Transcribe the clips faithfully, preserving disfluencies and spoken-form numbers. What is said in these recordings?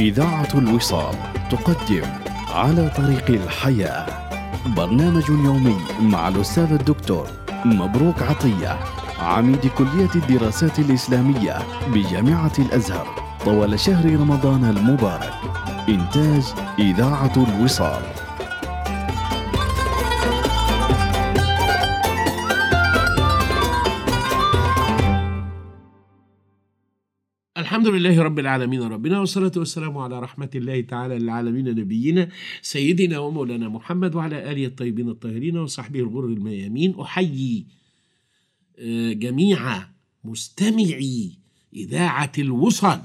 إذاعة الوصال تقدم على طريق الحياة، برنامج يومي مع الأستاذ الدكتور مبروك عطية، عميد كلية الدراسات الإسلامية بجامعة الأزهر، طوال شهر رمضان المبارك. إنتاج إذاعة الوصال. الحمد لله رب العالمين ربنا، والصلاة والسلام على رحمة الله تعالى للعالمين نبينا سيدنا ومولانا محمد وعلى آله الطيبين الطاهرين وصحبه الغر الميامين. أحيي جميع مستمعي إذاعة الوصال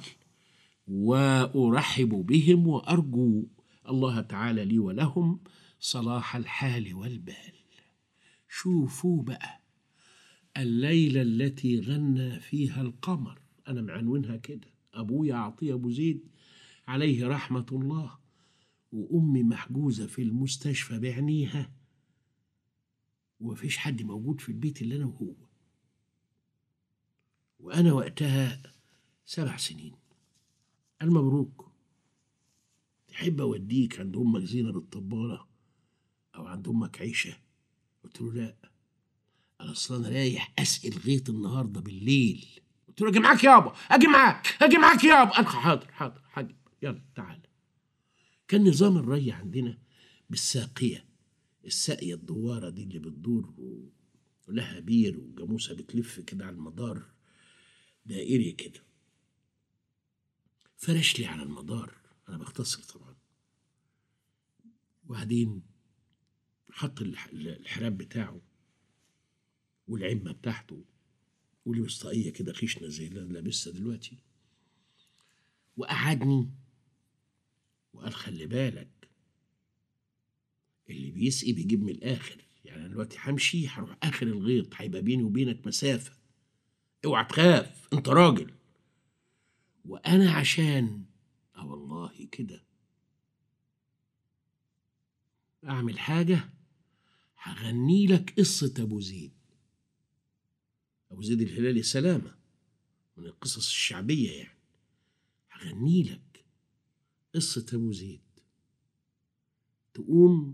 وأرحب بهم وأرجو الله تعالى لي ولهم صلاح الحال والبال. شوفوا بقى الليلة التي غنى فيها القمر، أنا معنونها كده، أبويا عطية أبو زيد عليه رحمة الله، وأمي محجوزة في المستشفى بعينيها، ومفيش حد موجود في البيت إلا أنا وهو، وأنا وقتها سبع سنين. قال مبروك، تحب أوديك عند أمك زينب الطبالة أو عند أمك عيشة؟ قلت له لا، أنا أصلا أنا رايح أسقي الغيط النهاردة بالليل. قلت له اجي معاك يابا، اجي معاك اجي معاك يابا. قال حاضر حاضر حاضر، يلا تعال. كان نظام الري عندنا بالساقيه، الساقيه الدواره دي اللي بتدور ولها بير وجاموسه بتلف كده على المدار دائري كده. فرش لي على المدار، انا بختصر طبعا، وبعدين حط الحراب بتاعه والعمه بتاعته ولبس طاقية كده خشنة زي اللي أنا لابسها دلوقتي، وقعدني وقال خلي بالك، اللي بيسقي بيجيب من الآخر. يعني أنا دلوقتي همشي هروح آخر الغيط، هيبقى بيني وبينك مسافة، اوعى تخاف، أنت راجل. وأنا عشان اه والله كده أعمل حاجة، هغني لك قصة أبو زيد، أبو زيد الهلالي سلامة، من القصص الشعبية يعني. هغني لك قصة أبو زيد، تقوم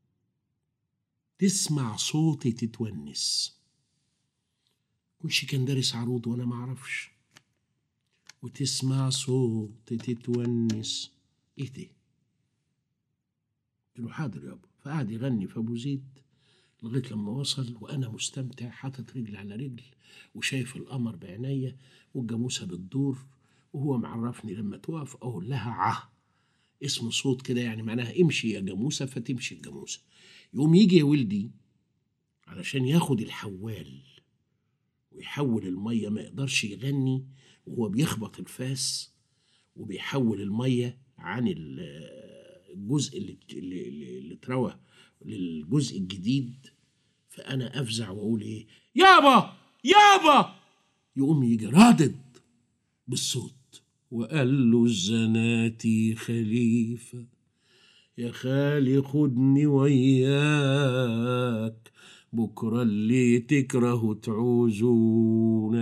تسمع صوتي تتونس. كنش كان دارس عروض وأنا معرفش، وتسمع صوتي تتونس. إيه ده؟ قلت له حاضر يابا. فقعد يغني في أبو زيد لغاية لما وصل، وأنا مستمتع حاطط رجل على رجل وشايف القمر بعينيا والجاموسة بتدور، وهو معرفني لما توقف أقول لها عه، اسم صوت كده يعني معناها امشي يا جاموسة، فتمشي الجاموسة. يقوم يجي يا ولدي علشان ياخد الحوال ويحول المية، ما يقدرش يغني وهو بيخبط الفاس وبيحول المية عن الجزء اللي اللي, اللي اتروى للجزء الجديد. فأنا أفزع وأقول إيه؟ يابا يابا. يقوم يجي رادد بالصوت وقال له الزناتي خليفة، يا خالي خدني وياك، بكرة اللي تكره تعوزون.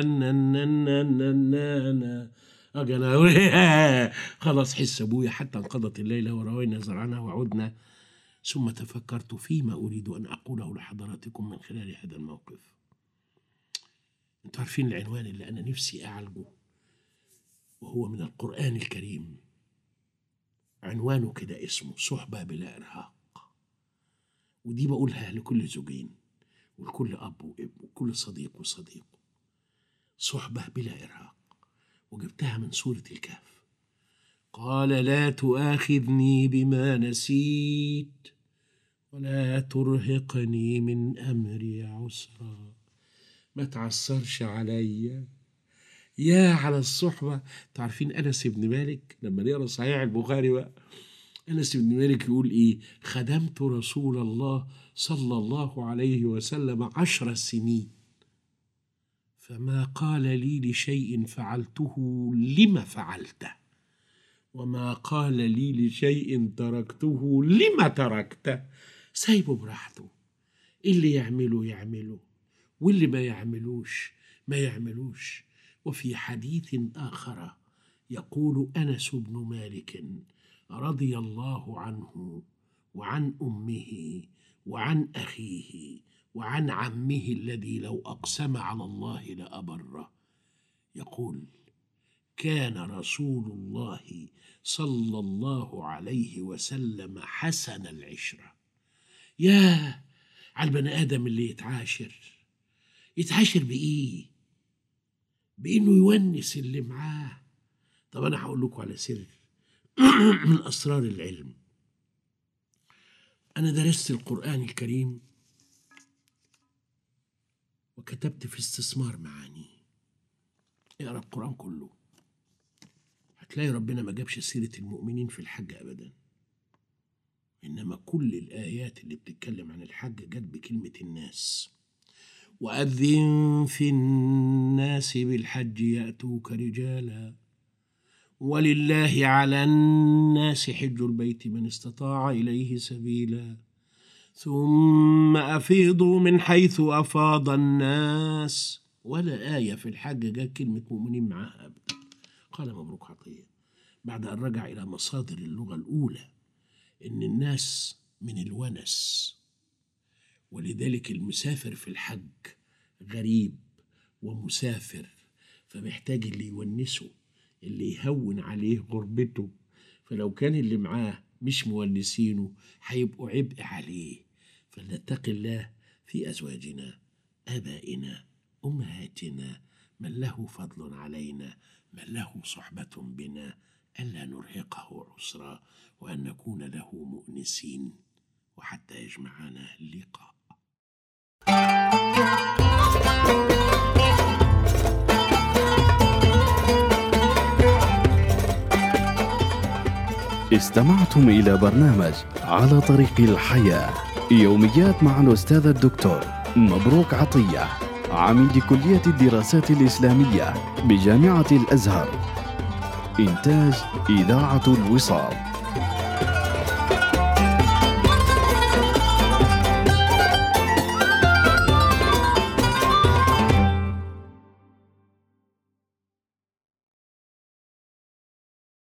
أجل خلاص حس أبويا حتى انقضت الليلة وروينا زرعنا وعدنا. ثم تفكرت فيما أريد أن أقوله لحضراتكم من خلال هذا الموقف. أنتوا عارفين العنوان اللي أنا نفسي أعالجه، وهو من القرآن الكريم، عنوانه كده اسمه صحبة بلا إرهاق. ودي بقولها لكل زوجين ولكل أب وابن وكل صديق وصديق، صحبة بلا إرهاق. وجبتها من سورة الكهف، قال لا تؤاخذني بما نسيت ولا ترهقني من أمري عسرا. ما تعصرش عليا يا على الصحبة. تعرفين أنس بن مالك لما نقرأ صحيح البخاري بقى، أنس بن مالك يقول إيه؟ خدمت رسول الله صلى الله عليه وسلم عشر سنين، فما قال لي لشيء فعلته لما فعلته، وما قال لي لشيء تركته لما تركته. سايبه براحته، اللي يعمله يعمله واللي ما يعملوش ما يعملوش. وفي حديث آخر يقول أنس بن مالك رضي الله عنه وعن أمه وعن أخيه وعن عمه الذي لو أقسم على الله لأبره، يقول: كان رسول الله صلى الله عليه وسلم حسن العشرة. يا على البني آدم اللي يتعاشر يتعاشر بإيه؟ بإنه يونس اللي معاه. طب أنا هقول لكم على سر من أسرار العلم. أنا درست القرآن الكريم وكتبت في استثمار معاني. اقرأ القرآن كله هتلاقي ربنا ما جابش سيرة المؤمنين في الحج أبدا، إنما كل الآيات اللي بتتكلم عن الحج جت بكلمة الناس. وأذن في الناس بالحج يأتوك رجالا ولله على الناس حج البيت من استطاع إليه سبيلا ثم أفيضوا من حيث أفاض الناس. ولا آية في الحج جاء كلمة مؤمنين معها أبدا. قال مبروك عطية بعد أن رجع إلى مصادر اللغة الأولى إن الناس من الونس، ولذلك المسافر في الحج غريب ومسافر، فمحتاج اللي يونسه، اللي يهون عليه غربته. فلو كان اللي معاه مش مونسينه هيبقوا عبء عليه. فلنتقي الله في أزواجنا، آبائنا، أمهاتنا، من له فضل علينا، من له صحبة بنا، ألا نرهقه عسرا، وأن نكون له مؤنسين وحتى يجمعنا اللقاء. استمعتم إلى برنامج على طريق الحياة، يوميات مع الأستاذ الدكتور مبروك عطية، عميد كلية الدراسات الإسلامية بجامعة الأزهر. إنتاج إذاعة الوصال.